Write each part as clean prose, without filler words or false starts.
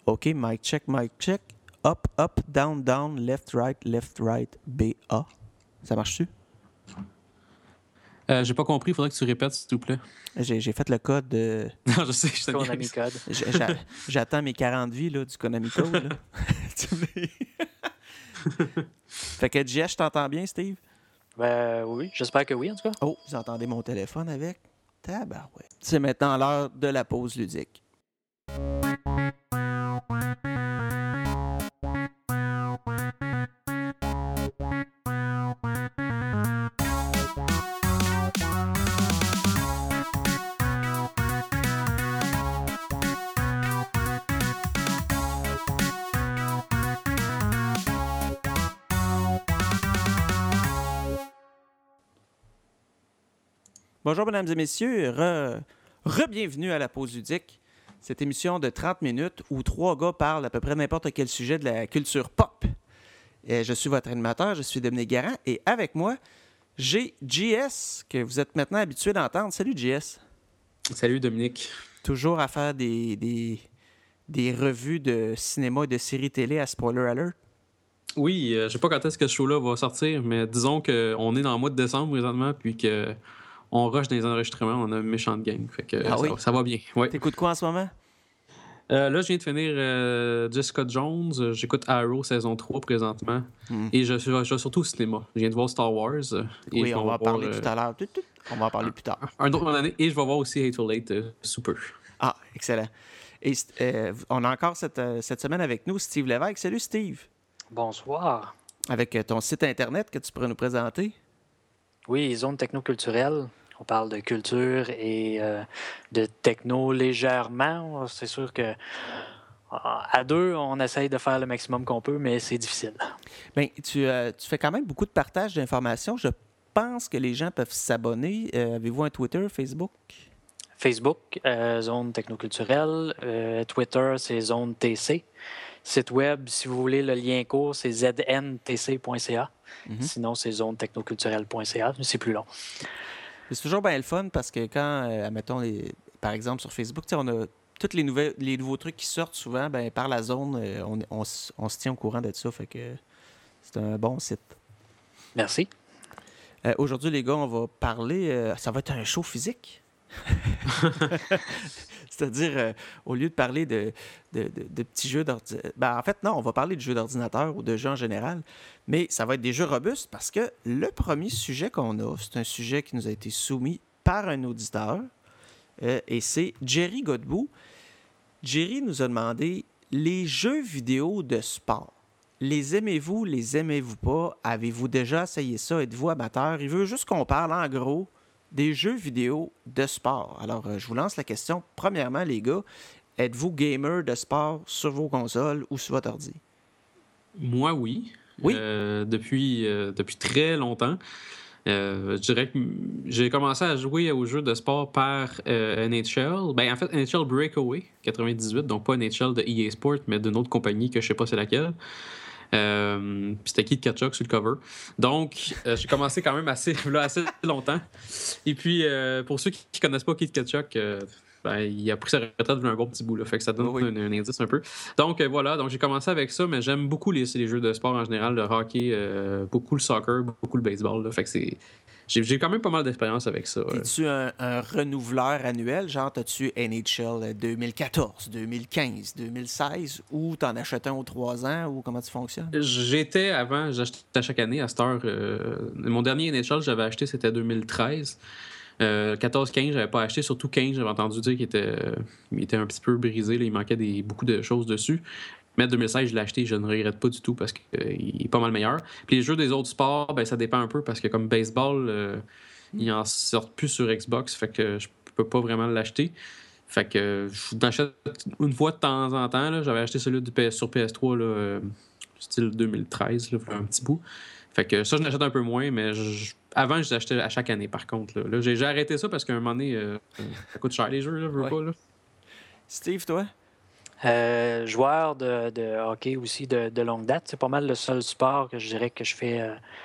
OK, mic check, mic check. Up, up, down, down, left, right, B, A. Ça marche-tu? J'ai pas compris, il faudrait que tu répètes, s'il te plaît. J'ai fait le code. Non, je sais, je te Konami niaise. Code. J'attends mes 40 vies là, du Konami Code. Là. Fait que JS, je t'entends bien, Steve? Ben oui, j'espère que oui, en tout cas. Oh, vous entendez mon téléphone avec? Tabarouette. C'est maintenant l'heure de la pause ludique. Bonjour, mesdames et messieurs. Re-bienvenue à la pause ludique. Cette émission de 30 minutes où trois gars parlent à peu près n'importe quel sujet de la culture pop. Et je suis votre animateur, je suis Dominique Garand, et avec moi, j'ai JS, que vous êtes maintenant habitué d'entendre. Salut, JS. Salut, Dominique. Toujours à faire des revues de cinéma et de séries télé à Spoiler Alert. Oui, je sais pas quand est-ce que ce show-là va sortir, mais disons qu'on est dans le mois de décembre présentement, puis qu'on rush dans les enregistrements, on a une méchante gang. Fait que ça va bien. Ouais. T'écoutes quoi en ce moment? Là, je viens de finir Jessica Jones. J'écoute Arrow saison 3 présentement. Et je suis surtout au cinéma. Je viens de voir Star Wars. Oui, on va en parler tout à l'heure. On va en parler plus tard. Un autre moment donné. Et je vais voir aussi Hateful Eight super. Ah, excellent. Et on a encore cette semaine avec nous Steve Lévesque. Salut, Steve. Bonsoir. Avec ton site Internet que tu pourrais nous présenter. Oui, zone technoculturelle. On parle de culture et de techno légèrement. C'est sûr que à deux, on essaye de faire le maximum qu'on peut, mais c'est difficile. Bien, tu fais quand même beaucoup de partage d'informations. Je pense que les gens peuvent s'abonner. Avez-vous un Twitter, Facebook? Facebook, zone technoculturelle. Twitter, c'est zone TC. Site web, si vous voulez le lien court, c'est znTC.ca. Sinon, c'est zonetechnoculturelle.ca. C'est plus long. C'est toujours bien le fun parce que quand, admettons, par exemple, sur Facebook, on a tous les nouveaux trucs qui sortent souvent, ben, par la zone, on se tient au courant de ça. Fait que c'est un bon site. Merci. Aujourd'hui, les gars, on va parler... ça va être un show physique. C'est-à-dire, au lieu de parler de petits jeux d'ordinateur... Ben, en fait, non, on va parler de jeux d'ordinateur ou de jeux en général, mais ça va être des jeux robustes parce que le premier sujet qu'on a, c'est un sujet qui nous a été soumis par un auditeur, et c'est Jerry Godbout. Jerry nous a demandé les jeux vidéo de sport. Les aimez-vous, les aimez-vous pas? Avez-vous déjà essayé ça? Êtes-vous amateur? Il veut juste qu'on parle, en gros, des jeux vidéo de sport. Alors, je vous lance la question. Premièrement, les gars, êtes-vous gamer de sport sur vos consoles ou sur votre ordi? Moi, oui. Oui. Depuis très longtemps. Je dirais que j'ai commencé à jouer aux jeux de sport par NHL. Ben, en fait, NHL Breakaway 98, donc pas NHL de EA Sport, mais d'une autre compagnie que je sais pas c'est laquelle. C'était Kid Kachuk sur le cover. Donc, j'ai commencé quand même assez longtemps. Et puis, pour ceux qui ne connaissent pas Kid Kachuk, il a pris sa retraite depuis un bon petit bout. Là, fait que ça donne un indice un peu. Donc, voilà. Donc, j'ai commencé avec ça, mais j'aime beaucoup les jeux de sport en général, le hockey, beaucoup le soccer, beaucoup le baseball. Là, fait que j'ai quand même pas mal d'expérience avec ça. Es-tu un renouveleur annuel? Genre, as-tu NHL 2014, 2015, 2016 ou t'en achètes un aux 3 ans ou comment tu fonctionnes? J'étais avant, j'achetais à chaque année à cette heure. Mon dernier NHL, j'avais acheté, c'était 2013. 14-15, j'avais pas acheté, surtout 15, j'avais entendu dire qu'il était un petit peu brisé, là, il manquait beaucoup de choses dessus. Mais 2016, je l'ai acheté, je ne regrette pas du tout parce qu'il est pas mal meilleur. Puis les jeux des autres sports, ben, ça dépend un peu parce que comme baseball, ils en sortent plus sur Xbox, fait que je peux pas vraiment l'acheter. Fait que je l'achète une fois de temps en temps. Là. J'avais acheté celui sur PS3, là, style 2013, là, un petit bout. Fait que ça, je l'achète un peu moins, mais avant, je les achetais à chaque année, par contre. Là, j'ai arrêté ça parce qu'à un moment donné, ça coûte cher les jeux, là, veux pas. Là. Steve, toi? Joueur de hockey aussi de longue date. C'est pas mal le seul sport que je dirais que je fais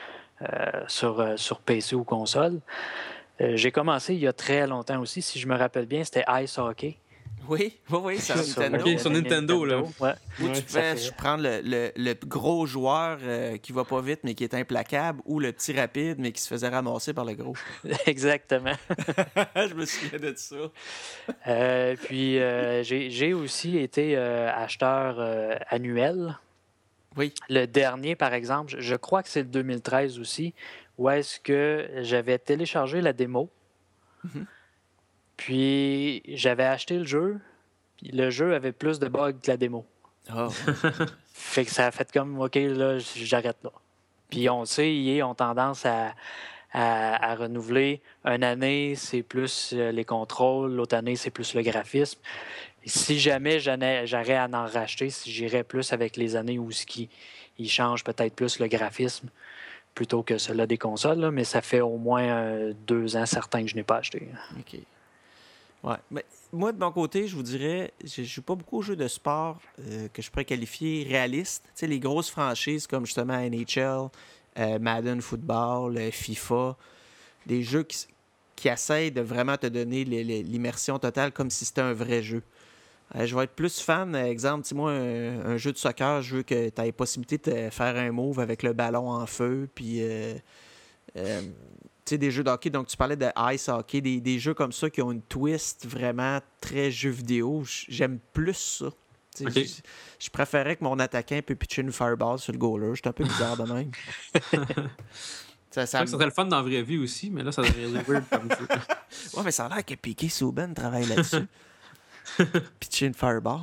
sur PC ou console. J'ai commencé il y a très longtemps aussi. Si je me rappelle bien, c'était Ice Hockey. Oui, sur Nintendo. OK, sur Nintendo, là. Ouais. Ou tu peux prendre le gros joueur qui va pas vite, mais qui est implacable, ou le petit rapide, mais qui se faisait ramasser par le gros. Exactement. Je me souviens de ça. Puis, j'ai aussi été acheteur annuel. Oui. Le dernier, par exemple, je crois que c'est le 2013 aussi, où est-ce que j'avais téléchargé la démo. Mhm. Puis, j'avais acheté le jeu, puis le jeu avait plus de bugs que la démo. Oh. Fait que ça a fait comme, OK, là, j'arrête là. Puis, on sait, EA ont tendance à renouveler. Une année, c'est plus les contrôles, l'autre année, c'est plus le graphisme. Et si jamais j'aurais à en racheter, si j'irais plus avec les années où ils changent peut-être plus le graphisme plutôt que cela des consoles, là, mais ça fait au moins 2 ans certains que je n'ai pas acheté. OK. Ouais. Mais moi, de mon côté, je vous dirais, je joue pas beaucoup aux jeux de sport que je pourrais qualifier réalistes. Tu sais, les grosses franchises comme justement NHL, Madden Football, FIFA, des jeux qui essayent de vraiment te donner l'immersion totale comme si c'était un vrai jeu. Je vais être plus fan, exemple, moi, un jeu de soccer, je veux que tu aies la possibilité de faire un move avec le ballon en feu, puis tu sais, des jeux de hockey, donc tu parlais de ice hockey, des jeux comme ça qui ont une twist vraiment très jeu vidéo. J'aime plus ça. Okay. Je préférais que mon attaquant peut pitcher une fireball sur le goaler. J'étais un peu bizarre de même. ça serait le fun dans la vraie vie aussi, mais là, ça devrait être weird comme jeu. Ouais, mais ça a l'air que Piqué Souben travaille là-dessus. Pitcher une fireball.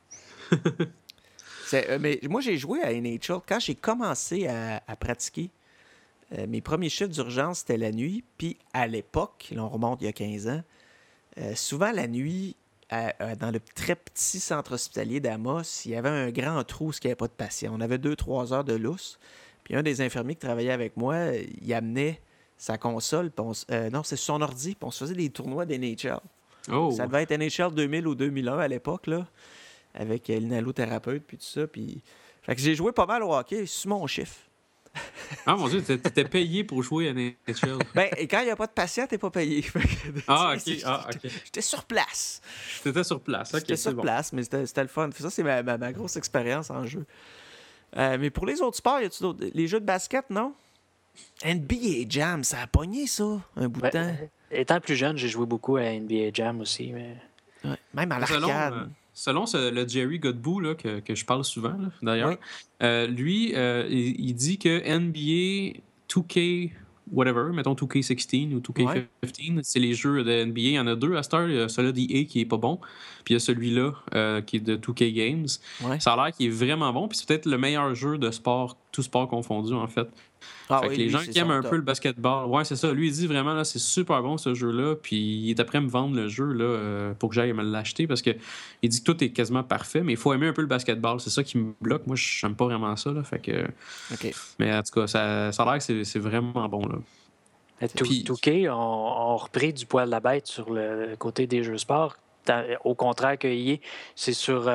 Mais moi, j'ai joué à NHL. Quand j'ai commencé à pratiquer, mes premiers chiffres d'urgence, c'était la nuit. Puis à l'époque, là, on remonte il y a 15 ans, souvent la nuit, dans le très petit centre hospitalier d'Amos, il y avait un grand trou où il n'y avait pas de patients. On avait 2-3 heures de lousse. Puis un des infirmiers qui travaillait avec moi, il amenait sa console, non, c'est son ordi, puis on se faisait des tournois d'NHL. Oh. Ça devait être NHL 2000 ou 2001 à l'époque, là, avec l'inhalothérapeute, puis tout ça. Puis... Fait que j'ai joué pas mal au hockey sur mon chiffre. Ah mon Dieu, t'étais payé pour jouer à NHL. Ben, et quand il n'y a pas de patient, t'es pas payé. OK. J'étais sur place. T'étais sur place, OK. J'étais sur place, mais c'était le fun. Ça, c'est ma grosse expérience en jeu. Mais pour les autres sports, y a-tu d'autres? Les jeux de basket, non? NBA Jam, ça a pogné, ça, un bout de temps. Étant plus jeune, j'ai joué beaucoup à NBA Jam aussi. Mais... Ouais, même à l'arcade. Selon le Jerry Godbout là, que je parle souvent, là, d'ailleurs, oui. Lui, il dit que NBA 2K, whatever, mettons 2K16 ou 2K15, c'est les jeux de NBA. Il y en a 2 à cette heure. Il y a celui d'EA qui est pas bon, puis il y a celui-là qui est de 2K Games. Ouais. Ça a l'air qu'il est vraiment bon, puis c'est peut-être le meilleur jeu de sport, tout sport confondu, en fait. Fait que les gens qui aiment un peu le basketball, ouais, c'est ça. Lui, il dit vraiment, là, c'est super bon ce jeu-là. Puis il est après me vendre le jeu là, pour que j'aille me l'acheter parce qu'il dit que tout est quasiment parfait, mais il faut aimer un peu le basketball. C'est ça qui me bloque. Moi, je n'aime pas vraiment ça. Là, fait que... Okay. Mais en tout cas, ça a l'air que c'est vraiment bon. Là. Touquet ont repris du poil de la bête sur le côté des jeux sport. Au contraire que EA, c'est sur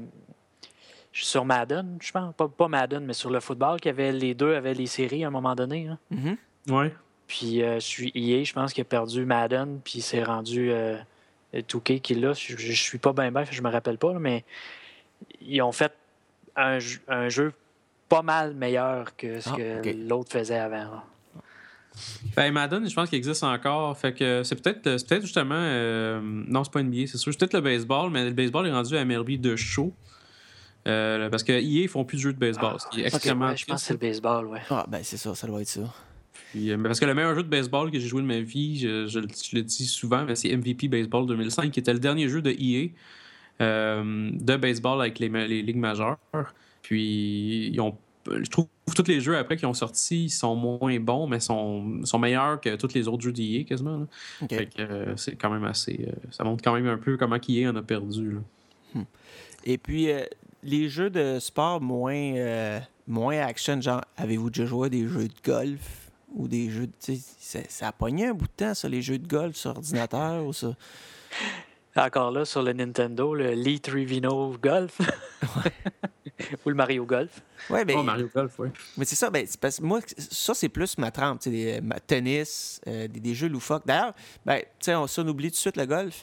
Madden, je pense. Pas Madden, mais sur le football, les deux avaient les séries à un moment donné. Hein. Mm-hmm. Oui. Puis EA, je pense qu'il a perdu Madden, puis il s'est rendu 2K qui est là. Je suis pas bien, je me rappelle pas, mais ils ont fait un jeu pas mal meilleur que ce que l'autre faisait avant. Là. Ben, Madden, je pense qu'il existe encore. Fait que c'est peut-être justement... non, c'est pas NBA, c'est sûr. C'est peut-être le baseball, mais le baseball est rendu à MLB de show. Parce que EA, ils font plus de jeux de baseball. Ce qui est extrêmement je pense que c'est le baseball, ouais. Ah, ben c'est ça doit être ça. Puis, parce que le meilleur jeu de baseball que j'ai joué de ma vie, je le dis souvent, mais c'est MVP Baseball 2005, qui était le dernier jeu de EA de baseball avec les ligues majeures. Puis, je trouve que tous les jeux après qui ont sorti sont moins bons, mais sont meilleurs que tous les autres jeux d'EA quasiment. Là. Okay. Fait que c'est quand même assez... ça montre quand même un peu comment EA en a perdu. Là. Et puis, les jeux de sport moins action, genre, avez-vous déjà joué à des jeux de golf ou des jeux de... Ça a pogné un bout de temps, ça, les jeux de golf sur ordinateur ou ça? Encore là, sur le Nintendo, le Lee Trevino Golf. Ou le Mario Golf. Ouais, mais... Mario Golf, oui. Mais c'est ça, parce que moi, ça, c'est plus ma trempe, tennis, des jeux loufoques. D'ailleurs, si on oublie tout de suite le golf,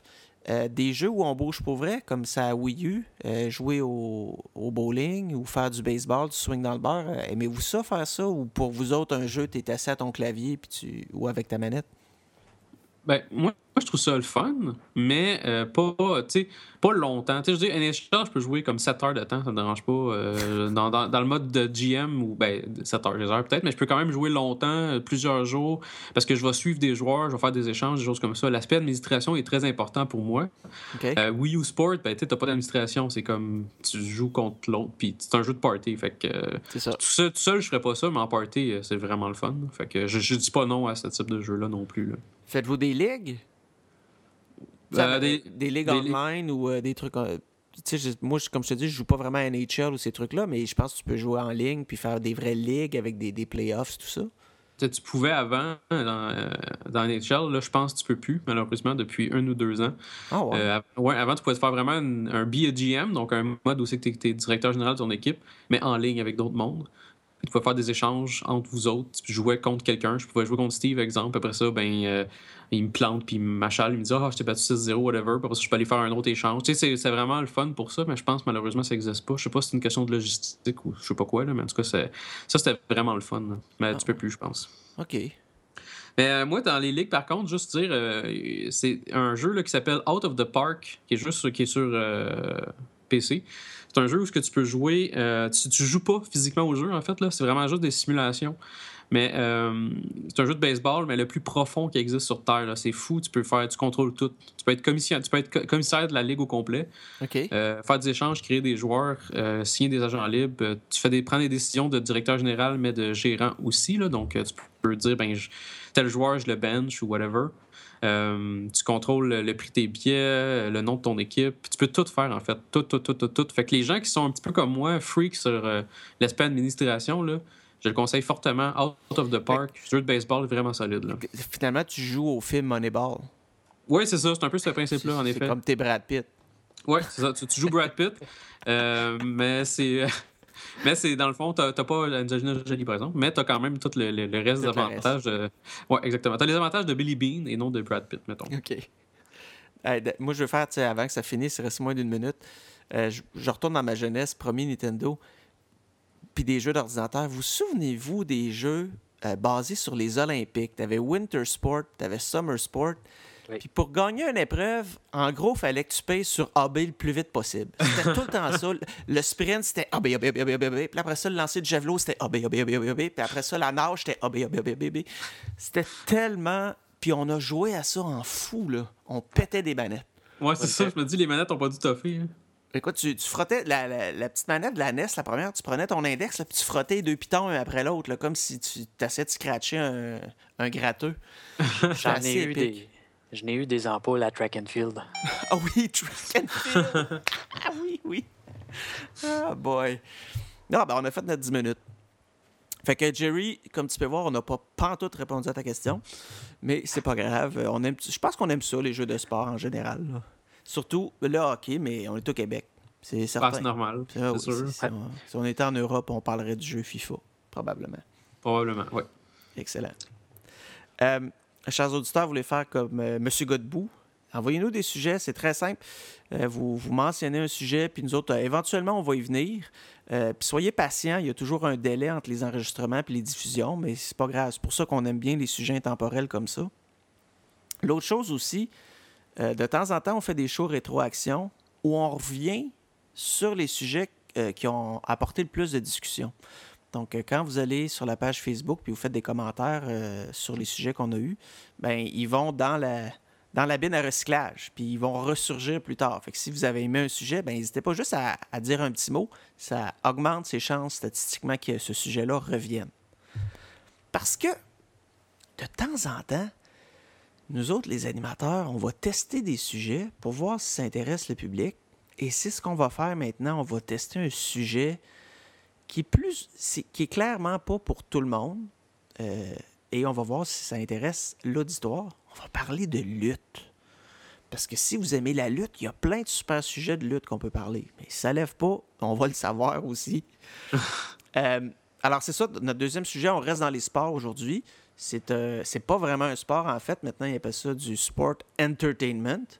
des jeux où on bouge pour vrai, comme ça à Wii U, jouer au bowling ou faire du baseball, du swing dans le beurre. Aimez-vous ça, faire ça? Ou pour vous autres, un jeu, tu es assis à ton clavier puis ou avec ta manette? Ben, moi, je trouve ça le fun, mais pas longtemps. Je veux dire, NHL, je peux jouer comme 7 heures de temps, ça me dérange pas. Dans le mode de GM, ou 7 heures, 10 heures peut-être, mais je peux quand même jouer longtemps, plusieurs jours, parce que je vais suivre des joueurs, je vais faire des échanges, des choses comme ça. L'aspect administration est très important pour moi. Okay. Wii U Sport, tu n'as pas d'administration, c'est comme tu joues contre l'autre, puis c'est un jeu de party. Fait que, c'est ça. Tout seul, je ferais pas ça, mais en party, c'est vraiment le fun. Fait que je dis pas non à ce type de jeu-là non plus. Là. Faites-vous des ligues? Des ligues online ou des trucs... moi, comme je te dis, je joue pas vraiment à NHL ou ces trucs-là, mais je pense que tu peux jouer en ligne puis faire des vraies ligues avec des playoffs, tout ça. Tu pouvais avant, dans NHL, là, je pense que tu peux plus, malheureusement, depuis 1 ou 2 ans. Oh, wow. Avant, tu pouvais te faire vraiment un Be a GM, donc un mode où c'est que tu es directeur général de ton équipe, mais en ligne avec d'autres mondes. Tu pouvais faire des échanges entre vous autres. Tu jouais contre quelqu'un. Je pouvais jouer contre Steve, exemple. Après ça, il me plante, puis il m'achale. Il me dit « Ah, je t'ai battu 6-0, whatever. » Puis après ça, je peux aller faire un autre échange. Tu sais, c'est vraiment le fun pour ça, mais je pense malheureusement ça n'existe pas. Je sais pas si c'est une question de logistique ou je sais pas quoi, là, mais en tout cas, ça, c'était vraiment le fun. Là. Mais tu peux plus, je pense. OK. Mais moi, dans les ligues, par contre, juste dire, c'est un jeu là, qui s'appelle Out of the Park, qui est sur PC. C'est un jeu où ce que tu peux jouer. Tu joues pas physiquement au jeu, en fait. Là. C'est vraiment juste des simulations. Mais c'est un jeu de baseball, mais le plus profond qui existe sur Terre. Là. C'est fou. Tu contrôles tout. Tu peux être commissaire de la ligue au complet. OK. Faire des échanges, créer des joueurs, signer des agents libres. Prends des décisions de directeur général, mais de gérant aussi. Là. Donc, tu peux dire, tel joueur, je le bench ou whatever. Tu contrôles le prix de tes billets, le nom de ton équipe. Tu peux tout faire, en fait. Tout. Fait que les gens qui sont un petit peu comme moi, freaks sur l'aspect administration, là, je le conseille fortement. Out of the Park, jeu de baseball vraiment solide. Là. Finalement, tu joues au film Moneyball. Oui, c'est ça. C'est un peu ce principe-là, en effet. C'est comme t'es Brad Pitt. Oui, c'est ça. Tu joues Brad Pitt, mais c'est... Mais c'est dans le fond, t'as pas Angelina Jolie, par exemple, mais t'as quand même tout le reste des avantages. Oui, exactement. T'as les avantages de Billy Bean et non de Brad Pitt, mettons. OK. Moi, je veux faire, avant que ça finisse, il reste moins d'1 minute. Je retourne dans ma jeunesse, premier Nintendo, puis des jeux d'ordinateur. Vous souvenez-vous des jeux basés sur les Olympiques? T'avais Winter Sport, t'avais Summer Sport. Oui. Puis pour gagner une épreuve, en gros, il fallait que tu payes sur AB le plus vite possible. C'était tout le temps ça. Le sprint, c'était AB. Puis après ça, le lancer de javelot, c'était AB. Puis après ça, la nage, c'était AB. C'était tellement... Puis on a joué à ça en fou, là. On pétait des manettes. Ouais, c'est ça. Je me dis, les manettes ont pas dû toffer. Hein. Écoute, tu frottais la petite manette de la NES, la première, tu prenais ton index, là, puis tu frottais les 2 pitons un après l'autre, là, comme si tu t'essayais de scratcher un gratteux. Je n'ai eu des ampoules à Track and Field. Ah oui, Track and Field! Ah oui. Ah boy. Non, on a fait notre 10 minutes. Fait que Jerry, comme tu peux voir, on n'a pas pantoute répondu à ta question, mais c'est pas grave. Je pense qu'on aime ça, les jeux de sport en général. Là. Surtout le hockey, mais on est au Québec. C'est certain. C'est normal, c'est sûr. Si on était en Europe, on parlerait du jeu FIFA, probablement. Probablement, oui. Excellent. Chers auditeurs, vous voulez faire comme M. Godbout? Envoyez-nous des sujets, c'est très simple. Vous mentionnez un sujet, puis nous autres, éventuellement, on va y venir. Puis soyez patients, il y a toujours un délai entre les enregistrements et les diffusions, mais c'est pas grave. C'est pour ça qu'on aime bien les sujets intemporels comme ça. L'autre chose aussi, de temps en temps, on fait des shows rétroaction où on revient sur les sujets qui ont apporté le plus de discussion. Donc, quand vous allez sur la page Facebook puis vous faites des commentaires sur les sujets qu'on a eus, ils vont dans la bine à recyclage, puis ils vont ressurgir plus tard. Fait que si vous avez aimé un sujet, n'hésitez pas juste à dire un petit mot. Ça augmente ses chances statistiquement que ce sujet-là revienne. Parce que, de temps en temps, nous autres, les animateurs, on va tester des sujets pour voir si ça intéresse le public. Et c'est ce qu'on va faire maintenant. On va tester un sujet qui est clairement pas pour tout le monde. Et on va voir si ça intéresse l'auditoire. On va parler de lutte. Parce que si vous aimez la lutte, il y a plein de super sujets de lutte qu'on peut parler. Mais si ça lève pas, on va le savoir aussi. Alors, c'est ça, notre deuxième sujet, on reste dans les sports aujourd'hui. C'est pas vraiment un sport, en fait. Maintenant, ils appellent ça du sport entertainment.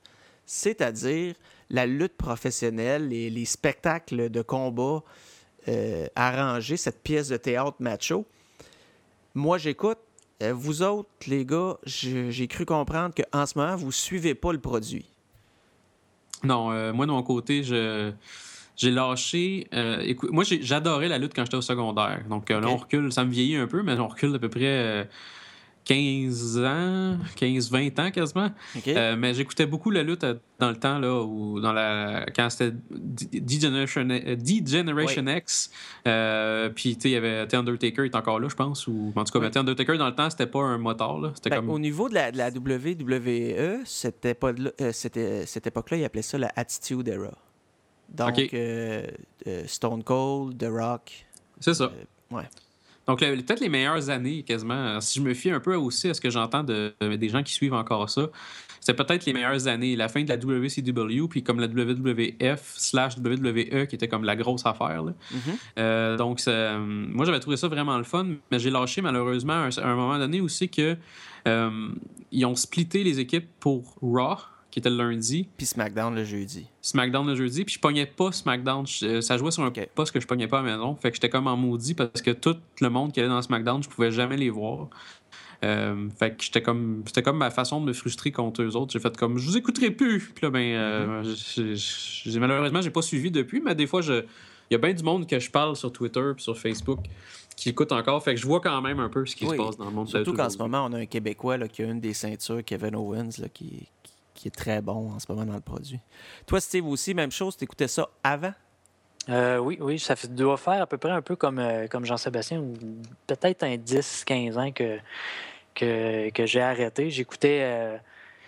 c'est-à-dire la lutte professionnelle, les spectacles de combat arrangés, cette pièce de théâtre macho. Moi, j'écoute. Vous autres, les gars, j'ai cru comprendre qu'en ce moment, vous ne suivez pas le produit. Non, moi, de mon côté, j'ai lâché. Écoute, moi, j'adorais la lutte quand j'étais au secondaire. Donc là, on recule, ça me vieillit un peu, mais on recule d'à peu près 15 ans, 15-20 ans quasiment. Okay. Mais j'écoutais beaucoup la lutte dans le temps, là, quand c'était D-Generation X. Puis, tu sais, il y avait Undertaker, il est encore là, je pense. Ou, en tout cas, Undertaker, dans le temps, c'était pas un motard. Là. C'était comme... Au niveau de la WWE, cette époque-là, ils appelaient ça la Attitude Era. Donc, Stone Cold, The Rock. C'est ça. Ouais. Donc, peut-être les meilleures années, quasiment. Si je me fie un peu aussi à ce que j'entends des gens qui suivent encore ça, c'est peut-être les meilleures années. La fin de la WCW, puis comme la WWF/WWE, qui était comme la grosse affaire. Là. Mm-hmm. Donc, moi, j'avais trouvé ça vraiment le fun, mais j'ai lâché malheureusement à un moment donné aussi que ils ont splitté les équipes pour Raw, qui était le lundi. Puis SmackDown le jeudi. Puis je pognais pas SmackDown. Ça jouait sur un poste que je pognais pas à la maison. Fait que j'étais comme en maudit parce que tout le monde qui allait dans SmackDown, je pouvais jamais les voir. Fait que c'était comme ma façon de me frustrer contre eux autres. J'ai fait comme, je vous écouterai plus. Puis là, malheureusement, j'ai pas suivi depuis, mais des fois, il y a bien du monde que je parle sur Twitter et sur Facebook qui écoute encore. Fait que je vois quand même un peu ce qui se passe dans le monde. Surtout qu'en ce moment, on a un Québécois là, qui a une des ceintures, Kevin Owens, là, qui est très bon en ce moment dans le produit. Toi, Steve, aussi, même chose, t'écoutais ça avant? Oui, ça doit faire à peu près un peu comme Jean-Sébastien, ou peut-être un 10-15 ans que j'ai arrêté. J'écoutais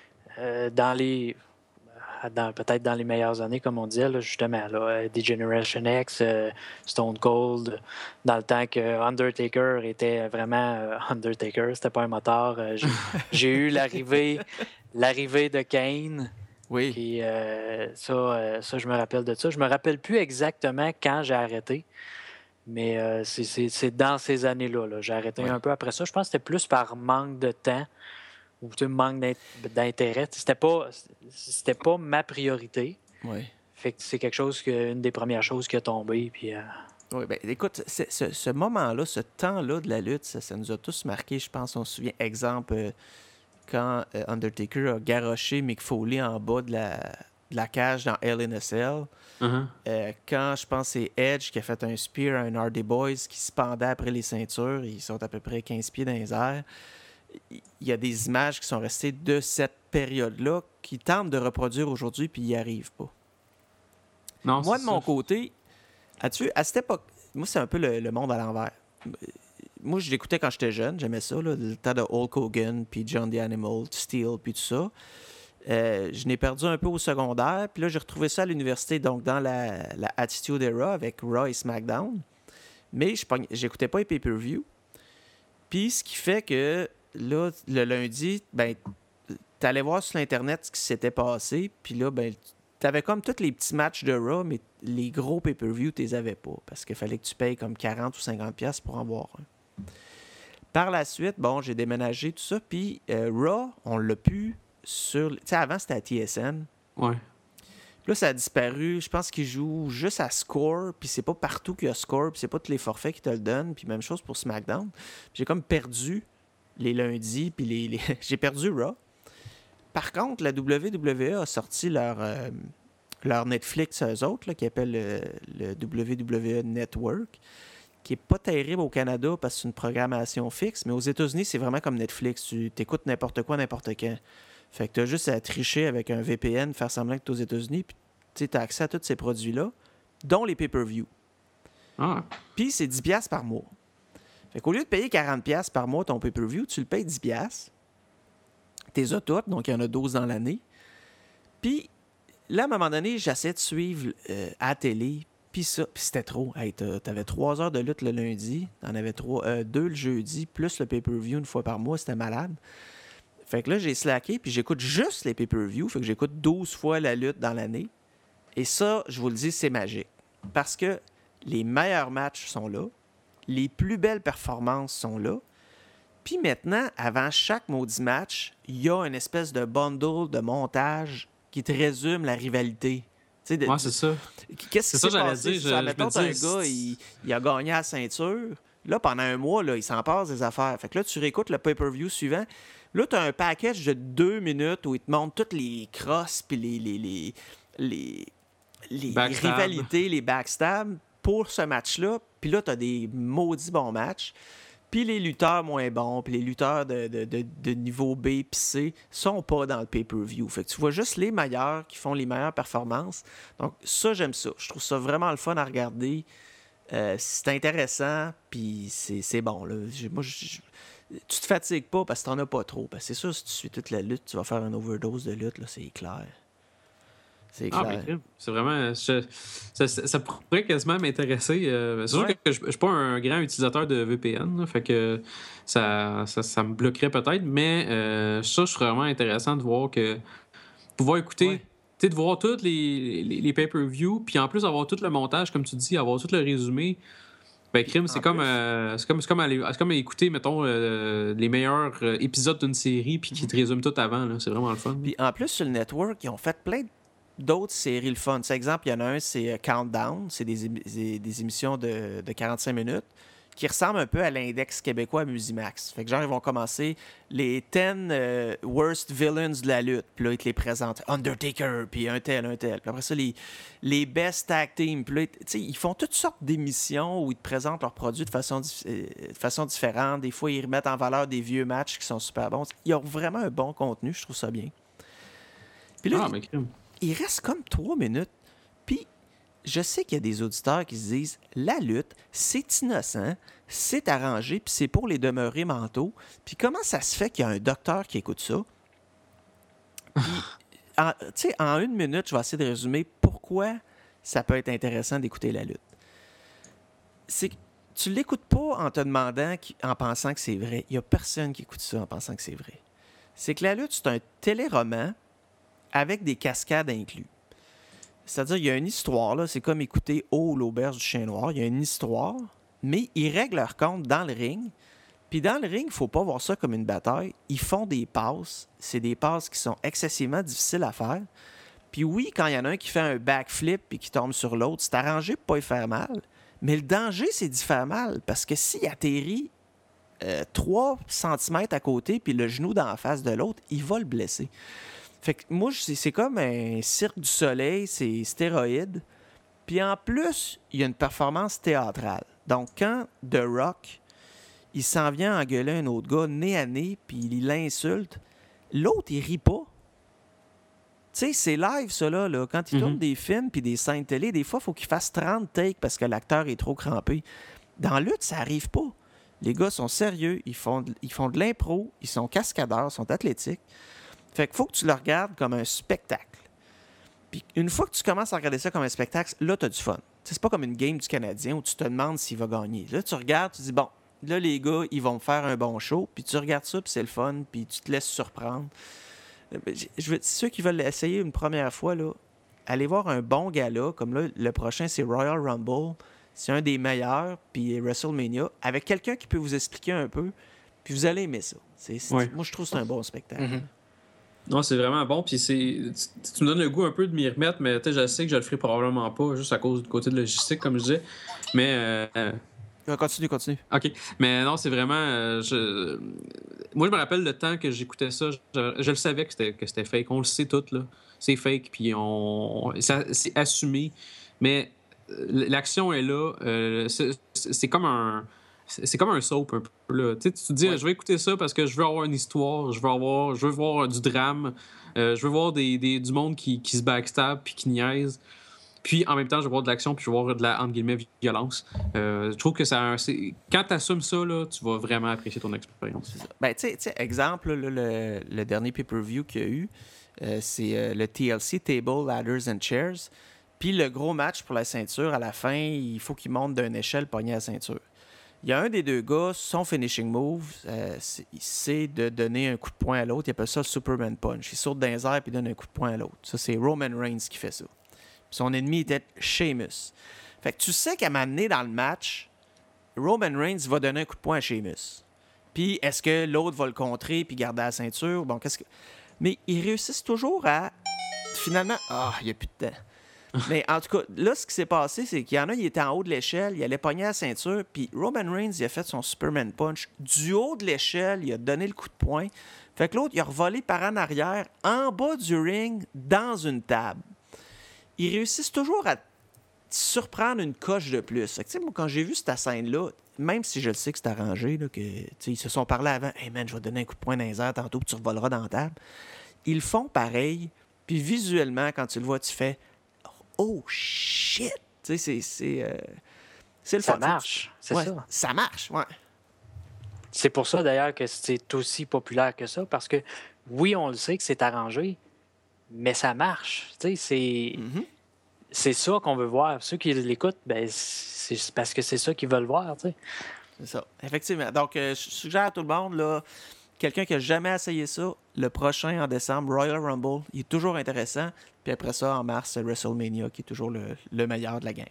peut-être dans les meilleures années, comme on disait, là, justement, là, D-Generation X, Stone Cold, dans le temps que Undertaker était vraiment Undertaker, c'était pas un motard. J'ai eu l'arrivée de Kane. Oui. Puis ça, je me rappelle de ça. Je me rappelle plus exactement quand j'ai arrêté, mais c'est dans ces années-là. Là. J'ai arrêté un peu après ça. Je pense que c'était plus par manque de temps ou manque d'intérêt. C'était pas ma priorité. Oui. Fait que c'est quelque chose une des premières choses qui a tombé. Puis, Oui, bien, écoute, ce moment-là, ce temps-là de la lutte, ça nous a tous marqué, je pense. On se souvient, exemple, quand Undertaker a garoché Mick Foley en bas de la cage dans Hell in a Cell. Uh-huh. Quand, je pense, c'est Edge qui a fait un spear à un Hardy Boys qui se pendait après les ceintures. Ils sont à peu près 15 pieds dans les airs. Il y a des images qui sont restées de cette période-là qui tentent de reproduire aujourd'hui puis ils n'y arrivent pas. Non, moi, de mon côté, à cette époque, moi, c'est un peu le monde à l'envers. Moi, je l'écoutais quand j'étais jeune. J'aimais ça, là, le temps de Hulk Hogan, puis John the Animal, Steel, puis tout ça. Je n'ai perdu un peu au secondaire. Puis là, j'ai retrouvé ça à l'université, donc dans la Attitude Era avec Raw et SmackDown. Mais j'écoutais pas les pay-per-view. Puis ce qui fait que là, le lundi, ben, t'allais voir sur l'Internet ce qui s'était passé. Puis là, ben, t'avais comme tous les petits matchs de Raw, mais les gros pay-per-view, tu les avais pas. Parce qu'il fallait que tu payes comme 40 ou 50$ pour en voir un. Par la suite, bon, j'ai déménagé, tout ça. Puis Raw, on l'a pu sur... Tu sais, avant, c'était à TSN. Ouais. Puis là, ça a disparu. Je pense qu'ils jouent juste à Score. Puis c'est pas partout qu'il y a Score. Puis c'est pas tous les forfaits qui te le donnent. Puis même chose pour SmackDown. Puis j'ai comme perdu les lundis. Puis j'ai perdu Raw. Par contre, la WWE a sorti leur Netflix, eux autres, là, qui appelle le WWE Network, qui est pas terrible au Canada parce que c'est une programmation fixe, mais aux États-Unis, c'est vraiment comme Netflix. Tu t'écoutes n'importe quoi, n'importe quand. Fait que tu as juste à tricher avec un VPN, faire semblant que tu es aux États-Unis, puis tu as accès à tous ces produits-là, dont les pay-per-view. Ah. Puis c'est 10$ par mois. Fait qu'au lieu de payer 40$ par mois ton pay-per-view, tu le payes 10$. T'es as toutes, donc il y en a 12 dans l'année. Puis là, à un moment donné, j'essaie de suivre à la télé, puis c'était trop. Hey, t'avais 3 heures de lutte le lundi, t'en avais 2 le jeudi, plus le pay-per-view une fois par mois, c'était malade. Fait que là, j'ai slacké, puis j'écoute juste les pay-per-view, fait que j'écoute 12 fois la lutte dans l'année. Et ça, je vous le dis, c'est magique. Parce que les meilleurs matchs sont là, les plus belles performances sont là, puis maintenant, avant chaque maudit match, il y a une espèce de bundle de montage qui te résume la rivalité. C'est ça. Qu'est-ce qui s'est passé? Mettons, un dis... gars, il a gagné la ceinture. Là, pendant un mois, là, il s'en passe des affaires. Fait que là, tu réécoutes le pay-per-view suivant. Là, tu as un package de 2 minutes où il te montre toutes les crosses puis les rivalités, les backstabs pour ce match-là. Puis là, tu as des maudits bons matchs. Puis les lutteurs moins bons, puis les lutteurs de niveau B puis C sont pas dans le pay-per-view. Fait que tu vois juste les meilleurs qui font les meilleures performances. Donc ça, j'aime ça. Je trouve ça vraiment le fun à regarder. C'est intéressant, puis c'est bon. Là. Tu te fatigues pas parce que t'en as pas trop. Parce que c'est sûr, si tu suis toute la lutte, tu vas faire une overdose de lutte, là, c'est clair. C'est clair. C'est vraiment... Ça pourrait quasiment m'intéresser. C'est sûr que je suis pas un grand utilisateur de VPN, là, fait que ça me bloquerait peut-être, mais ça, je serais vraiment intéressant de voir que... Pouvoir écouter... De voir tous les pay-per-view, puis en plus avoir tout le montage, comme tu dis, avoir tout le résumé. Ben, crime, c'est comme écouter, mettons, les meilleurs épisodes d'une série, puis qui te résument tout avant. Là. C'est vraiment le fun. Puis en plus, sur le network, ils ont fait plein d'autres séries le fun. Par exemple, il y en a un, c'est Countdown. C'est des émissions de 45 minutes qui ressemblent un peu à l'index québécois à Musimax. Fait que genre, ils vont commencer les 10 worst villains de la lutte. Puis là, ils te les présentent. Undertaker, puis un tel. Puis après ça, les best tag team. Puis là, ils font toutes sortes d'émissions où ils te présentent leurs produits de façon différente. Des fois, ils remettent en valeur des vieux matchs qui sont super bons. Ils ont vraiment un bon contenu. Je trouve ça bien. Puis là, il reste comme 3 minutes. Puis je sais qu'il y a des auditeurs qui se disent « La lutte, c'est innocent, c'est arrangé, puis c'est pour les demeurer mentaux. » Puis comment ça se fait qu'il y a un docteur qui écoute ça? Puis, en 1 minute, je vais essayer de résumer pourquoi ça peut être intéressant d'écouter la lutte. C'est que tu ne l'écoutes pas en te demandant, en pensant que c'est vrai. Il n'y a personne qui écoute ça en pensant que c'est vrai. C'est que la lutte, c'est un téléroman avec des cascades inclus. C'est-à-dire, il y a une histoire, là, c'est comme écouter Oh, l'auberge du chien noir. Il y a une histoire, mais ils règlent leur compte dans le ring. Puis dans le ring, il ne faut pas voir ça comme une bataille. Ils font des passes. C'est des passes qui sont excessivement difficiles à faire. Puis oui, quand il y en a un qui fait un backflip et qui tombe sur l'autre, c'est arrangé pour ne pas y faire mal. Mais le danger, c'est d'y faire mal. Parce que s'il atterrit 3 cm à côté puis le genou dans la face de l'autre, il va le blesser. Fait que moi, c'est comme un cirque du soleil, c'est stéroïde. Puis en plus, il y a une performance théâtrale. Donc, quand The Rock, il s'en vient engueuler un autre gars nez à nez, puis il l'insulte, l'autre, il rit pas. Tu sais, c'est live, ça, là. Quand il tourne des films puis des scènes télé, des fois, il faut qu'il fasse 30 takes parce que l'acteur est trop crampé. Dans la lutte, ça arrive pas. Les gars sont sérieux, ils font de l'impro, ils sont cascadeurs, ils sont athlétiques. Fait qu'il faut que tu le regardes comme un spectacle. Puis une fois que tu commences à regarder ça comme un spectacle, là, tu as du fun. T'sais, c'est pas comme une game du Canadien où tu te demandes s'il va gagner. Là, tu regardes, tu dis, bon, là, les gars, ils vont me faire un bon show. Puis tu regardes ça, puis c'est le fun, puis tu te laisses surprendre. Ceux qui veulent l'essayer une première fois, là, allez voir un bon gala. Comme là, le prochain, c'est Royal Rumble. C'est un des meilleurs, puis WrestleMania, avec quelqu'un qui peut vous expliquer un peu, puis vous allez aimer ça. Moi, je trouve que c'est un bon spectacle. Mm-hmm. Non, c'est vraiment bon. Puis tu me donnes le goût un peu de m'y remettre, mais je sais que je le ferai probablement pas, juste à cause du côté de logistique, comme je disais. Mais. Continue. OK. Mais non, c'est vraiment. Moi, je me rappelle le temps que j'écoutais ça. Je le savais que c'était fake. On le sait tout, là. C'est fake, puis c'est assumé. Mais l'action est là. C'est comme un. C'est comme un soap un peu. Là. Tu te dis, je vais écouter ça parce que je veux avoir une histoire, je veux voir du drame, je veux voir du monde qui se backstab puis qui niaise. Puis en même temps, je veux voir de l'action puis je veux voir de la, entre guillemets, violence. Je trouve que quand tu assumes ça, là, tu vas vraiment apprécier ton expérience. Ben, tu sais, exemple, là, le dernier pay-per-view qu'il y a eu, c'est le TLC, Table, Ladders and Chairs. Puis le gros match pour la ceinture, à la fin, il faut qu'il monte d'une échelle pogner la ceinture. Il y a un des deux gars, son finishing move, c'est de donner un coup de poing à l'autre. Il appelle ça le Superman Punch. Il saute dans les airs et donne un coup de poing à l'autre. Ça, c'est Roman Reigns qui fait ça. Puis son ennemi était Sheamus. Fait que tu sais qu'à m'amener dans le match, Roman Reigns va donner un coup de poing à Sheamus. Puis est-ce que l'autre va le contrer puis garder la ceinture? Bon, Mais ils réussissent toujours à finalement, il n'y a plus de temps. Mais en tout cas, là, ce qui s'est passé, c'est qu'il y en a, il était en haut de l'échelle, il allait pogner la ceinture, puis Roman Reigns, il a fait son Superman Punch. Du haut de l'échelle, il a donné le coup de poing. Fait que l'autre, il a revolé par en arrière, en bas du ring, dans une table. Ils réussissent toujours à surprendre une coche de plus. Fait que, moi, quand j'ai vu cette scène-là, même si je le sais que c'est arrangé, là, que ils se sont parlé avant, « Hey man, je vais te donner un coup de poing dans les airs tantôt, puis tu revoleras dans la table. » Ils font pareil, puis visuellement, quand tu le vois, tu fais « Oh shit! » Tu sais, c'est le Ça fun. marche, c'est Ouais, ça. Ça marche, ouais. C'est pour ça, d'ailleurs, que c'est aussi populaire que ça, parce que, oui, on le sait que c'est arrangé, mais ça marche. Tu sais, c'est ça qu'on veut voir. Ceux qui l'écoutent, ben, c'est parce que c'est ça qu'ils veulent voir, tu sais. C'est ça, effectivement. Donc, je suggère à tout le monde, là, quelqu'un qui n'a jamais essayé ça, le prochain en décembre, Royal Rumble, il est toujours intéressant. Puis après ça, en mars, WrestleMania, qui est toujours le meilleur de la gang.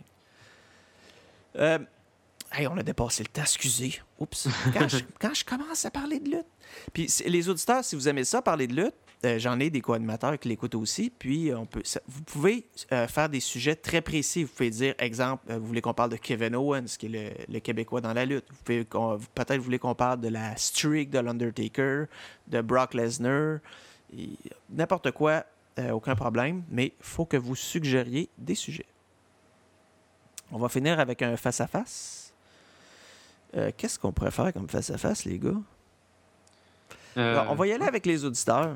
Hey, on a dépassé le temps, excusez. Oups. Quand je commence à parler de lutte. Puis les auditeurs, si vous aimez ça, parler de lutte, j'en ai des co-animateurs qui l'écoutent aussi. Puis vous pouvez faire des sujets très précis. Vous pouvez dire, exemple, vous voulez qu'on parle de Kevin Owens, qui est le Québécois dans la lutte. Peut-être vous voulez qu'on parle de la streak de l'Undertaker, de Brock Lesnar, n'importe quoi, aucun problème. Mais il faut que vous suggériez des sujets. On va finir avec un face-à-face. Qu'est-ce qu'on pourrait faire comme face-à-face, les gars? On va y aller avec les auditeurs.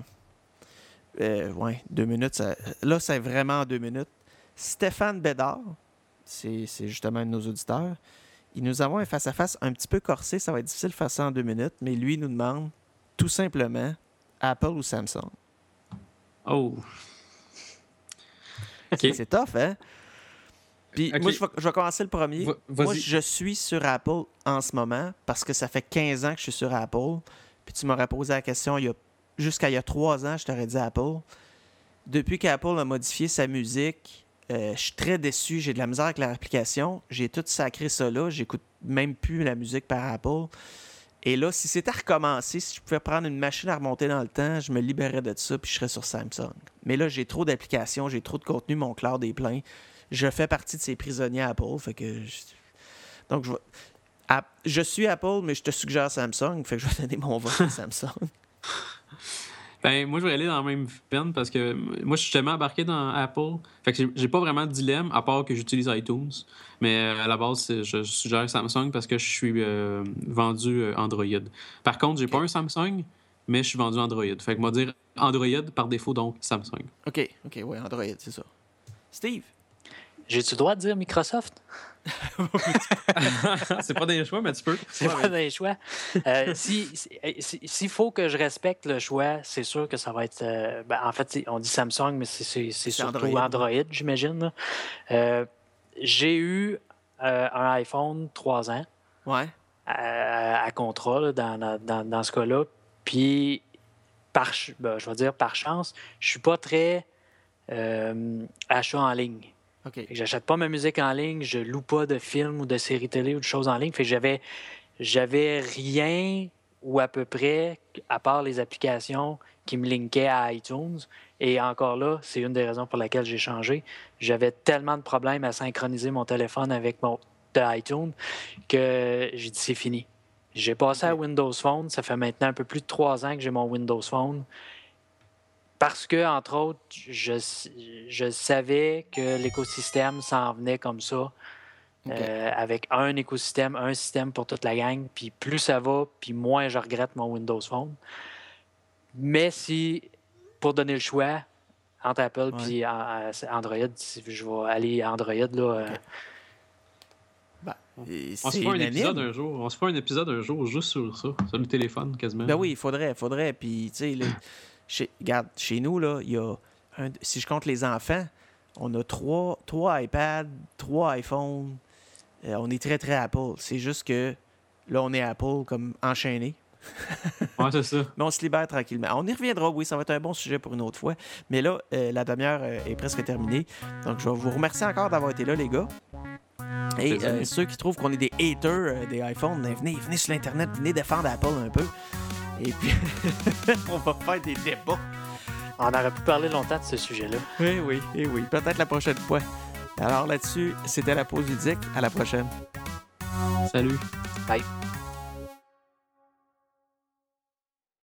2 minutes. Là, c'est vraiment 2 minutes. Stéphane Bédard, c'est justement un de nos auditeurs. Il nous envoie un face-à-face un petit peu corsé. Ça va être difficile de faire ça en 2 minutes, mais lui, il nous demande tout simplement Apple ou Samsung. Oh. Okay. C'est tough, hein? Puis moi, je vais commencer le premier. Moi, je suis sur Apple en ce moment parce que ça fait 15 ans que je suis sur Apple. Puis tu m'aurais posé la question jusqu'à il y a 3 ans, je t'aurais dit Apple. Depuis qu'Apple a modifié sa musique, je suis très déçu. J'ai de la misère avec l'application. J'ai tout sacré ça là. J'écoute même plus la musique par Apple. Et là, si c'était à recommencer, si je pouvais prendre une machine à remonter dans le temps, je me libérais de ça puis je serais sur Samsung. Mais là, j'ai trop d'applications, j'ai trop de contenu, mon cloud est plein. Je fais partie de ces prisonniers Apple. Fait que donc, je suis Apple, mais je te suggère Samsung. Fait que je vais donner mon vote à Samsung. Ben, moi, je vais aller dans la même peine parce que moi, je suis tellement embarqué dans Apple. Fait que j'ai pas vraiment de dilemme, à part que j'utilise iTunes. Mais à la base, je suggère Samsung parce que je suis vendu Android. Par contre, j'ai pas un Samsung, mais je suis vendu Android. Fait que moi, dire Android par défaut, donc Samsung. OK, ouais, Android, c'est ça. Steve? J'ai-tu le droit de dire Microsoft? C'est pas des choix, mais tu peux. C'est pas des choix. S'il faut que je respecte le choix, c'est sûr que ça va être... en fait, on dit Samsung, mais c'est surtout Android, j'imagine. J'ai eu un iPhone 3 ans. Ouais. À contrat, là, dans ce cas-là. Puis, je vais dire par chance, je suis pas très achat en ligne. Okay. J'achète pas ma musique en ligne, je loue pas de films ou de séries télé ou de choses en ligne. Fait que j'avais rien ou à peu près, à part les applications qui me linkaient à iTunes. Et encore là, c'est une des raisons pour laquelle j'ai changé. J'avais tellement de problèmes à synchroniser mon téléphone avec de iTunes que j'ai dit c'est fini. J'ai passé à Windows Phone. Ça fait maintenant un peu plus de 3 ans que j'ai mon Windows Phone. Parce que, entre autres, je savais que l'écosystème s'en venait comme ça, avec un écosystème, un système pour toute la gang. Puis plus ça va, puis moins je regrette mon Windows Phone. Mais pour donner le choix entre Apple et Android, je vais aller Android. Là, on se fera un épisode un jour. On se fera un épisode un jour juste sur ça, sur le téléphone quasiment. Ben oui, il faudrait. Puis, tu sais, regarde, chez nous, là, il y a si je compte les enfants, on a 3 iPads, 3 iPhones. On est très, très Apple. C'est juste que là, on est Apple comme enchaîné. Ouais, c'est ça. Mais on se libère tranquillement. On y reviendra, oui, ça va être un bon sujet pour une autre fois. Mais là, la demi-heure est presque terminée. Donc, je vais vous remercier encore d'avoir été là, les gars. Et ceux qui trouvent qu'on est des haters des iPhones, venez sur l'Internet, venez défendre Apple un peu. Et puis, on va faire des débats. On aurait pu parler longtemps de ce sujet-là. Oui. Peut-être la prochaine fois. Alors là-dessus, c'était la pause ludique. À la prochaine. Salut. Bye.